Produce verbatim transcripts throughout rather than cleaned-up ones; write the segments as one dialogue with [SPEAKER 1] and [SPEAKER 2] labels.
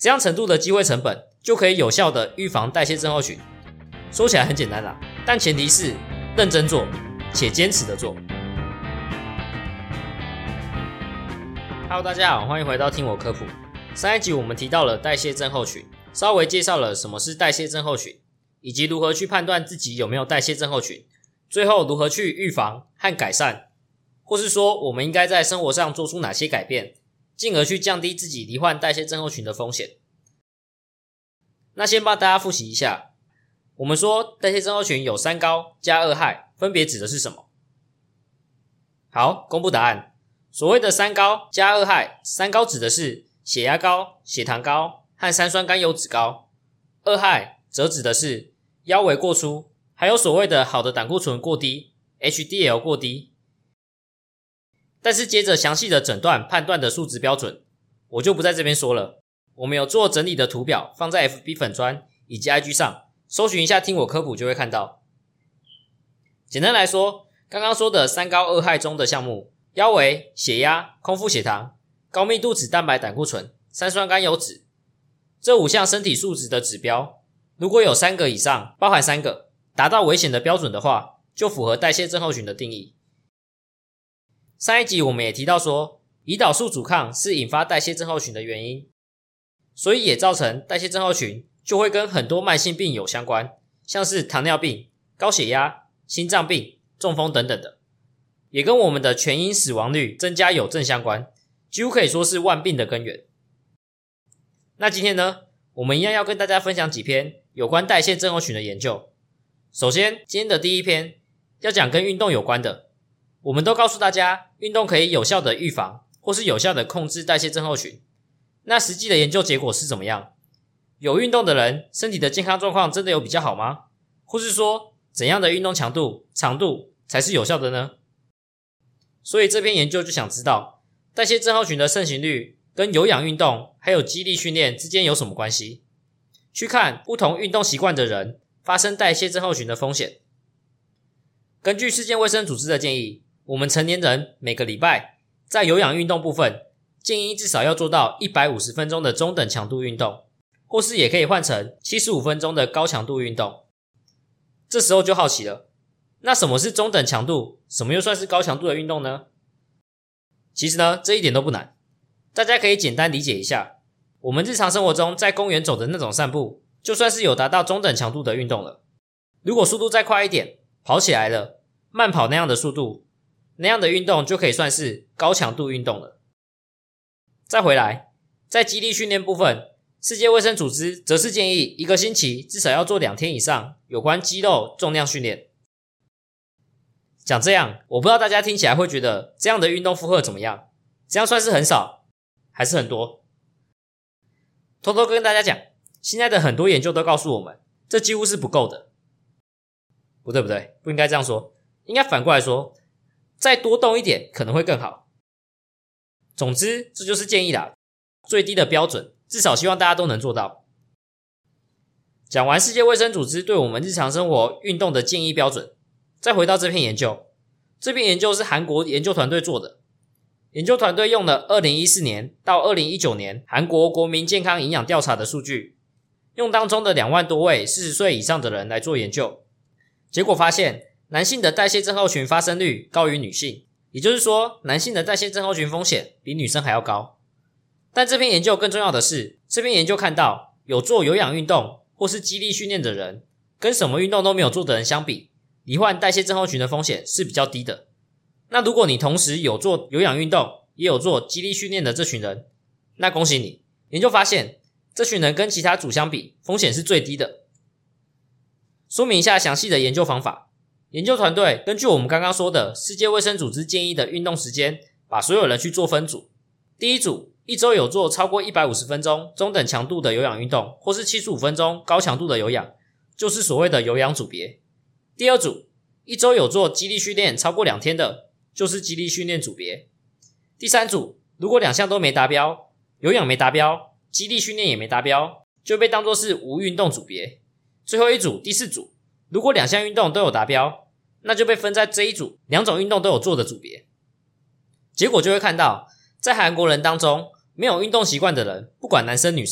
[SPEAKER 1] 这样程度的机会成本就可以有效的预防代谢症候群。说起来很简单啦，但前提是认真做且坚持的做。Hello， 大家好，欢迎回到听我科普。上一集我们提到了代谢症候群，稍微介绍了什么是代谢症候群，以及如何去判断自己有没有代谢症候群，最后如何去预防和改善，或是说我们应该在生活上做出哪些改变，进而去降低自己罹患代谢症候群的风险。那先帮大家复习一下，我们说代谢症候群有三高加二害，分别指的是什么？好，公布答案。所谓的三高加二害，三高指的是血压高、血糖高和三酸甘油酯高，二害则指的是腰围过粗，还有所谓的好的胆固醇过低 H D L 过低。但是接着详细的诊断判断的数值标准我就不在这边说了，我们有做整理的图表放在 F B 粉专以及 I G 上，搜寻一下听我科普就会看到。简单来说，刚刚说的三高二害中的项目，腰围、血压、空腹血糖、高密度脂蛋白胆固醇、三酸甘油酯，这五项身体素质的指标，如果有三个以上，包含三个达到危险的标准的话，就符合代谢症候群的定义。上一集我们也提到说，胰岛素阻抗是引发代谢症候群的原因，所以也造成代谢症候群就会跟很多慢性病有相关，像是糖尿病、高血压、心脏病、中风等等的，也跟我们的全因死亡率增加有正相关，几乎可以说是万病的根源。那今天呢，我们一样要跟大家分享几篇有关代谢症候群的研究。首先，今天的第一篇要讲跟运动有关的。我们都告诉大家，运动可以有效的预防或是有效的控制代谢症候群。那实际的研究结果是怎么样？有运动的人身体的健康状况真的有比较好吗？或是说怎样的运动强度、长度才是有效的呢？所以这篇研究就想知道，代谢症候群的盛行率跟有氧运动还有肌力训练之间有什么关系？去看不同运动习惯的人发生代谢症候群的风险。根据世界卫生组织的建议，我们成年人每个礼拜在有氧运动部分建议至少要做到一百五十分钟的中等强度运动，或是也可以换成七十五分钟的高强度运动。这时候就好奇了，那什么是中等强度，什么又算是高强度的运动呢？其实呢，这一点都不难，大家可以简单理解一下，我们日常生活中在公园走的那种散步，就算是有达到中等强度的运动了。如果速度再快一点，跑起来了，慢跑那样的速度，那样的运动就可以算是高强度运动了。再回来，在肌力训练部分，世界卫生组织则是建议一个星期至少要做两天以上有关肌肉重量训练。讲这样，我不知道大家听起来会觉得这样的运动负荷怎么样？这样算是很少还是很多？偷偷跟大家讲，现在的很多研究都告诉我们，这几乎是不够的。不对不对，不应该这样说，应该反过来说，再多动一点可能会更好。总之，这就是建议啦，最低的标准，至少希望大家都能做到。讲完世界卫生组织对我们日常生活运动的建议标准，再回到这篇研究。这篇研究是韩国研究团队做的，研究团队用了二零一四年到二零一九年韩国国民健康营养调查的数据，用当中的两万多位四十岁以上的人来做研究。结果发现，男性的代谢症候群发生率高于女性，也就是说，男性的代谢症候群风险比女生还要高。但这篇研究更重要的是，这篇研究看到，有做有氧运动或是肌力训练的人，跟什么运动都没有做的人相比，罹患代谢症候群的风险是比较低的。那如果你同时有做有氧运动，也有做肌力训练的这群人，那恭喜你，研究发现，这群人跟其他组相比，风险是最低的。说明一下详细的研究方法。研究团队根据我们刚刚说的世界卫生组织建议的运动时间，把所有人去做分组。第一组一周有做超过一百五十分钟中等强度的有氧运动，或是七十五分钟高强度的有氧，就是所谓的有氧组别。第二组一周有做肌力训练超过两天的，就是肌力训练组别。第三组如果两项都没达标，有氧没达标，肌力训练也没达标，就被当作是无运动组别。最后一组第四组如果两项运动都有达标，那就被分在这一组两种运动都有做的组别。结果就会看到，在韩国人当中，没有运动习惯的人，不管男生女生，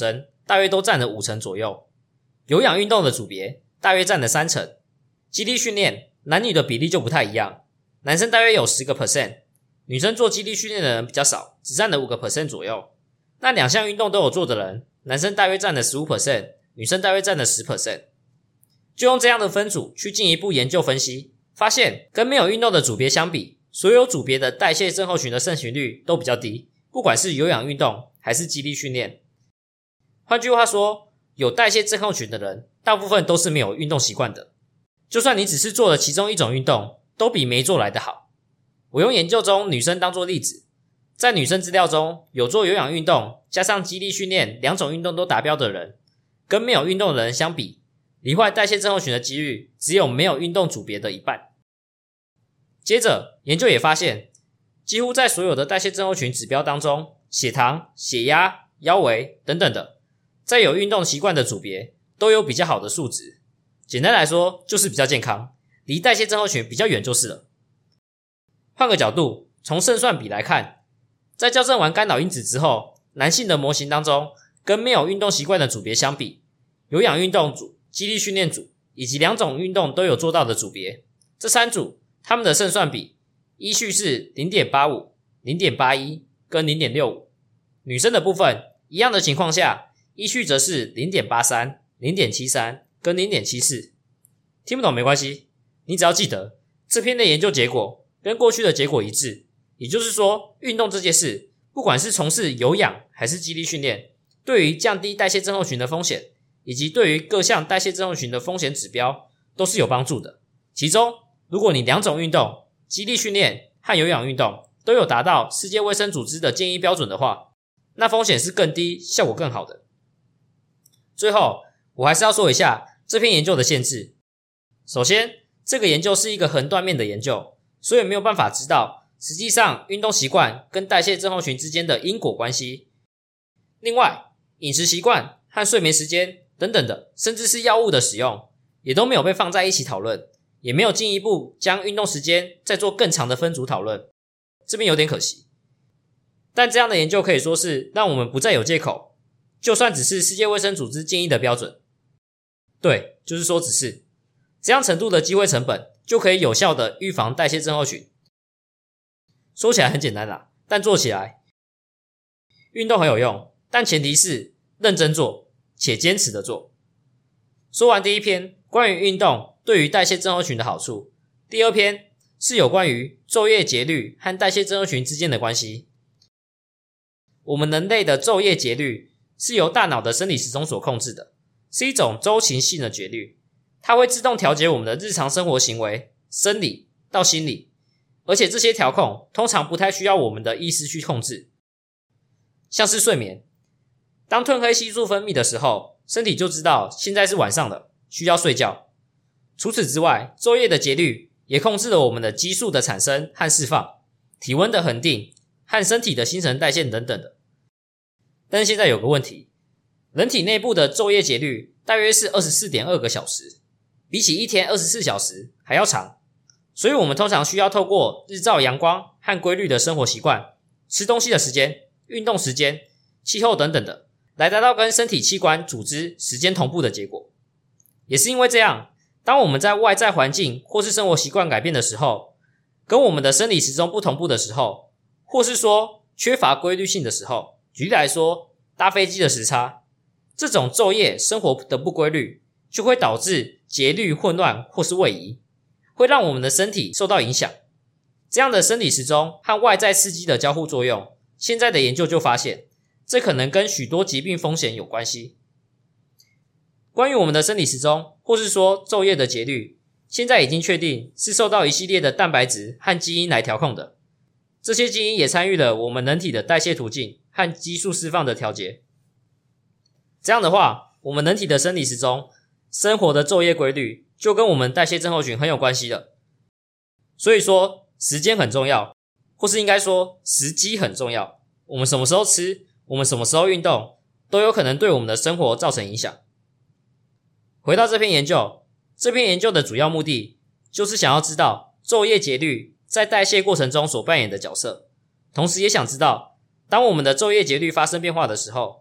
[SPEAKER 1] 大约都占了五成左右，有氧运动的组别大约占了三成，肌力训练男女的比例就不太一样，男生大约有 百分之十， 女生做肌力训练的人比较少，只占了 百分之五 左右。那两项运动都有做的人，男生大约占了 百分之十五， 女生大约占了 百分之十。 就用这样的分组去进一步研究分析，发现跟没有运动的组别相比，所有组别的代谢症候群的盛行率都比较低，不管是有氧运动还是肌力训练。换句话说，有代谢症候群的人大部分都是没有运动习惯的，就算你只是做了其中一种运动，都比没做来得好。我用研究中女生当作例子，在女生资料中，有做有氧运动加上肌力训练两种运动都达标的人，跟没有运动的人相比，罹患代谢症候群的几率只有没有运动组别的一半。接着研究也发现，几乎在所有的代谢症候群指标当中，血糖、血压、腰围等等的，在有运动习惯的组别都有比较好的数值。简单来说就是比较健康，离代谢症候群比较远就是了。换个角度，从胜算比来看，在校正完干扰因子之后，男性的模型当中，跟没有运动习惯的组别相比，有氧运动组、肌力训练组以及两种运动都有做到的组别，这三组他们的胜算比依序是 零点八五、零点八一 跟 零点六五。 女生的部分一样的情况下，依序则是 零点八三、零点七三 跟 零点七四。 听不懂没关系，你只要记得这篇的研究结果跟过去的结果一致，也就是说，运动这件事，不管是从事有氧还是肌力训练，对于降低代谢症候群的风险，以及对于各项代谢症候群的风险指标都是有帮助的。其中，如果你两种运动，肌力训练和有氧运动都有达到世界卫生组织的建议标准的话，那风险是更低，效果更好的。最后，我还是要说一下这篇研究的限制。首先，这个研究是一个横断面的研究，所以没有办法知道实际上运动习惯跟代谢症候群之间的因果关系。另外，饮食习惯和睡眠时间等等的，甚至是药物的使用，也都没有被放在一起讨论，也没有进一步将运动时间再做更长的分组讨论，这边有点可惜。但这样的研究可以说是让我们不再有借口，就算只是世界卫生组织建议的标准，对，就是说只是这样程度的机会成本，就可以有效的预防代谢症候群。说起来很简单啦，但做起来，运动很有用，但前提是认真做且坚持的做。说完第一篇关于运动对于代谢症候群的好处，第二篇是有关于昼夜节律和代谢症候群之间的关系。我们人类的昼夜节律是由大脑的生理时钟所控制的，是一种周期性的节律，它会自动调节我们的日常生活行为，生理到心理，而且这些调控通常不太需要我们的意识去控制。像是睡眠，当褪黑激素分泌的时候，身体就知道现在是晚上了，需要睡觉。除此之外，昼夜的节律也控制了我们的激素的产生和释放，体温的恒定和身体的新陈代谢等等的。但是现在有个问题，人体内部的昼夜节律大约是 二十四点二个小时，比起一天二十四小时还要长，所以我们通常需要透过日照阳光和规律的生活习惯、吃东西的时间、运动时间、气候等等的，来达到跟身体器官组织时间同步的结果。也是因为这样，当我们在外在环境或是生活习惯改变的时候，跟我们的生理时钟不同步的时候，或是说缺乏规律性的时候，举例来说，搭飞机的时差，这种昼夜生活的不规律，就会导致节律混乱或是位移，会让我们的身体受到影响。这样的生理时钟和外在刺激的交互作用，现在的研究就发现，这可能跟许多疾病风险有关系。关于我们的生理时钟，或是说昼夜的节律，现在已经确定是受到一系列的蛋白质和基因来调控的。这些基因也参与了我们人体的代谢途径和激素释放的调节。这样的话，我们人体的生理时钟、生活的昼夜规律，就跟我们代谢症候群很有关系了。所以说，时间很重要，或是应该说时机很重要。我们什么时候吃，我们什么时候运动，都有可能对我们的生活造成影响。回到这篇研究，这篇研究的主要目的就是想要知道昼夜节律在代谢过程中所扮演的角色，同时也想知道，当我们的昼夜节律发生变化的时候，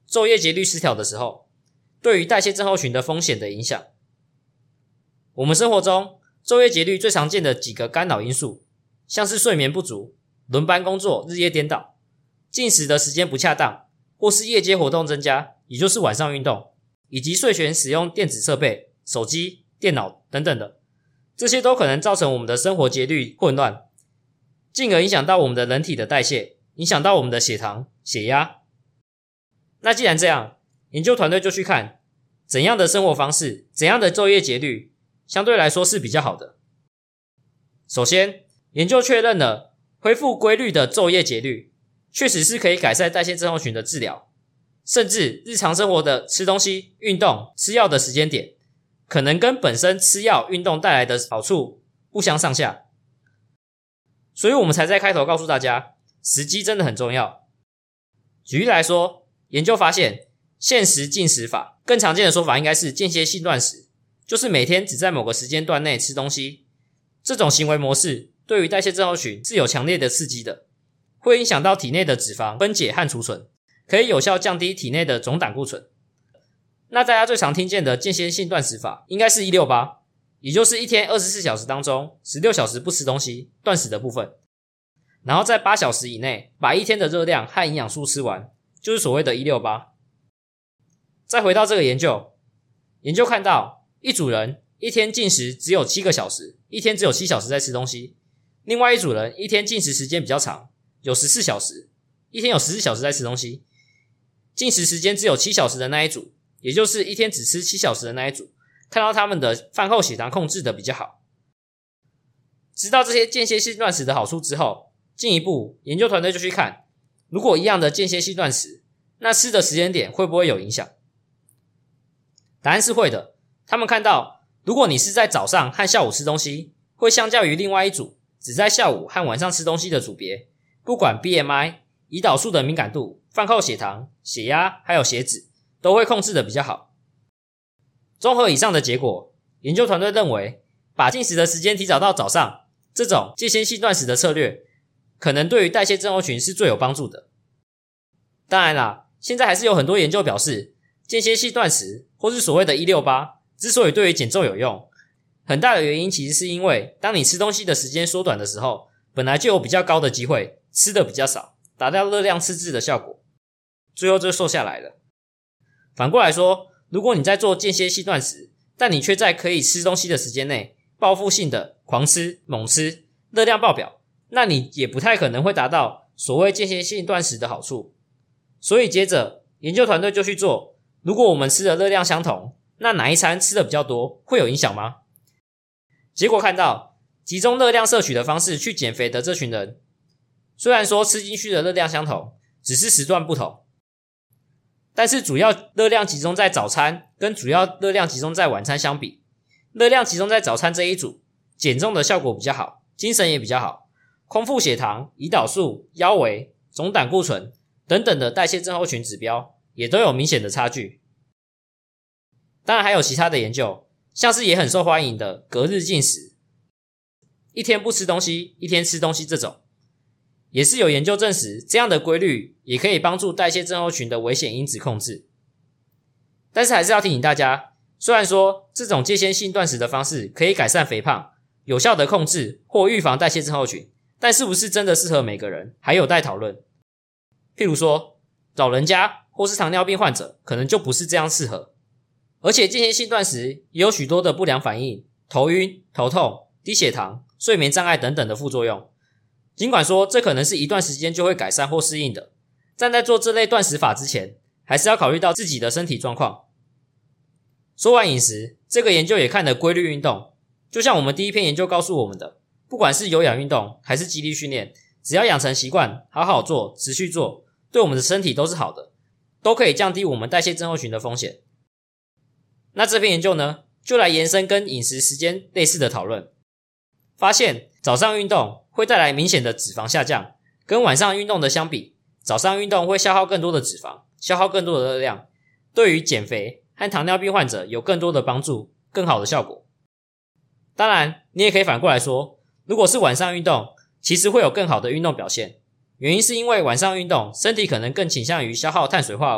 [SPEAKER 1] 昼夜节律失调的时候，对于代谢症候群的风险的影响。我们生活中昼夜节律最常见的几个干扰因素，像是睡眠不足、轮班工作、日夜颠倒、进食的时间不恰当，或是夜间活动增加，也就是晚上运动，以及睡前使用电子设备、手机、电脑等等的，这些都可能造成我们的生活节律混乱，进而影响到我们的人体的代谢，影响到我们的血糖、血压。那既然这样，研究团队就去看怎样的生活方式，怎样的昼夜节律相对来说是比较好的。首先，研究确认了恢复规律的昼夜节律确实是可以改善代谢症候群的治疗，甚至日常生活的吃东西、运动、吃药的时间点可能跟本身吃药、运动带来的好处不相上下。所以我们才在开头告诉大家，时机真的很重要。举例来说，研究发现限时进食法，更常见的说法应该是间歇性断食，就是每天只在某个时间段内吃东西。这种行为模式对于代谢症候群是有强烈的刺激的，会影响到体内的脂肪分解和储存，可以有效降低体内的总胆固醇。那大家最常听见的间歇性断食法应该是一六八，也就是一天二十四小时当中十六小时不吃东西，断食的部分，然后在八小时以内把一天的热量和营养素吃完，就是所谓的一六八。再回到这个研究，研究看到一组人一天进食只有七个小时，一天只有七小时在吃东西，另外一组人一天进食时间比较长，有十四小时，一天有十四小时在吃东西。进食时间只有七小时的那一组，也就是一天只吃七小时的那一组，看到他们的饭后血糖控制的比较好。知道这些间歇性断食的好处之后，进一步研究团队就去看，如果一样的间歇性断食，那吃的时间点会不会有影响？答案是会的。他们看到，如果你是在早上和下午吃东西，会相较于另外一组只在下午和晚上吃东西的组别，不管 B M I、胰岛素的敏感度、饭后血糖、血压还有血脂都会控制的比较好。综合以上的结果，研究团队认为把进食的时间提早到早上，这种间歇性断食的策略可能对于代谢症候群是最有帮助的。当然啦，现在还是有很多研究表示，间歇性断食或是所谓的一六八之所以对于减重有用，很大的原因其实是因为当你吃东西的时间缩短的时候，本来就有比较高的机会吃的比较少，达到热量赤字的效果，最后就瘦下来了。反过来说，如果你在做间歇性断食，但你却在可以吃东西的时间内报复性的狂吃猛吃，热量爆表，那你也不太可能会达到所谓间歇性断食的好处。所以接着研究团队就去做，如果我们吃的热量相同，那哪一餐吃的比较多，会有影响吗？结果看到集中热量摄取的方式去减肥的这群人，虽然说吃进去的热量相同，只是时段不同，但是主要热量集中在早餐跟主要热量集中在晚餐相比，热量集中在早餐这一组减重的效果比较好，精神也比较好，空腹血糖、胰岛素、腰围、总胆固醇等等的代谢症候群指标也都有明显的差距。当然还有其他的研究，像是也很受欢迎的隔日进食，一天不吃东西，一天吃东西，这种也是有研究证实，这样的规律也可以帮助代谢症候群的危险因子控制。但是还是要提醒大家，虽然说这种间歇性断食的方式可以改善肥胖，有效的控制或预防代谢症候群，但是不是真的适合每个人还有待讨论。譬如说老人家或是糖尿病患者可能就不是这样适合，而且间歇性断食也有许多的不良反应，头晕、头痛、低血糖、睡眠障碍等等的副作用。尽管说这可能是一段时间就会改善或适应的，但在做这类断食法之前，还是要考虑到自己的身体状况。说完饮食，这个研究也看了规律运动，就像我们第一篇研究告诉我们的，不管是有氧运动还是肌力训练，只要养成习惯，好好做，持续做，对我们的身体都是好的，都可以降低我们代谢症候群的风险。那这篇研究呢，就来延伸跟饮食时间类似的讨论，发现早上运动会带来明显的脂肪下降，跟晚上运动的相比，早上运动会消耗更多的脂肪，消耗更多的热量，对于减肥和糖尿病患者有更多的帮助，更好的效果。当然你也可以反过来说，如果是晚上运动，其实会有更好的运动表现，原因是因为晚上运动身体可能更倾向于消耗碳水化合物，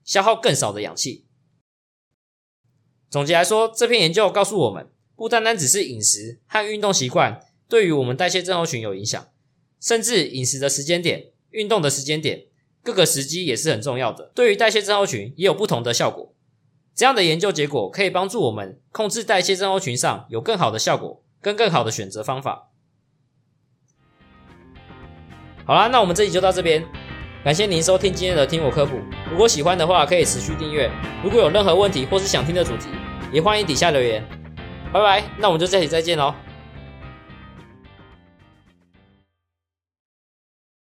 [SPEAKER 1] 消耗更少的氧气。总结来说，这篇研究告诉我们，不单单只是饮食和运动习惯对于我们代谢症候群有影响，甚至饮食的时间点、运动的时间点，各个时机也是很重要的，对于代谢症候群也有不同的效果。这样的研究结果可以帮助我们控制代谢症候群上有更好的效果跟更好的选择方法。好啦，那我们这集就到这边，感谢您收听今天的听我科普。如果喜欢的话可以持续订阅，如果有任何问题或是想听的主题，也欢迎底下留言。拜拜，那我们就下期再见咯。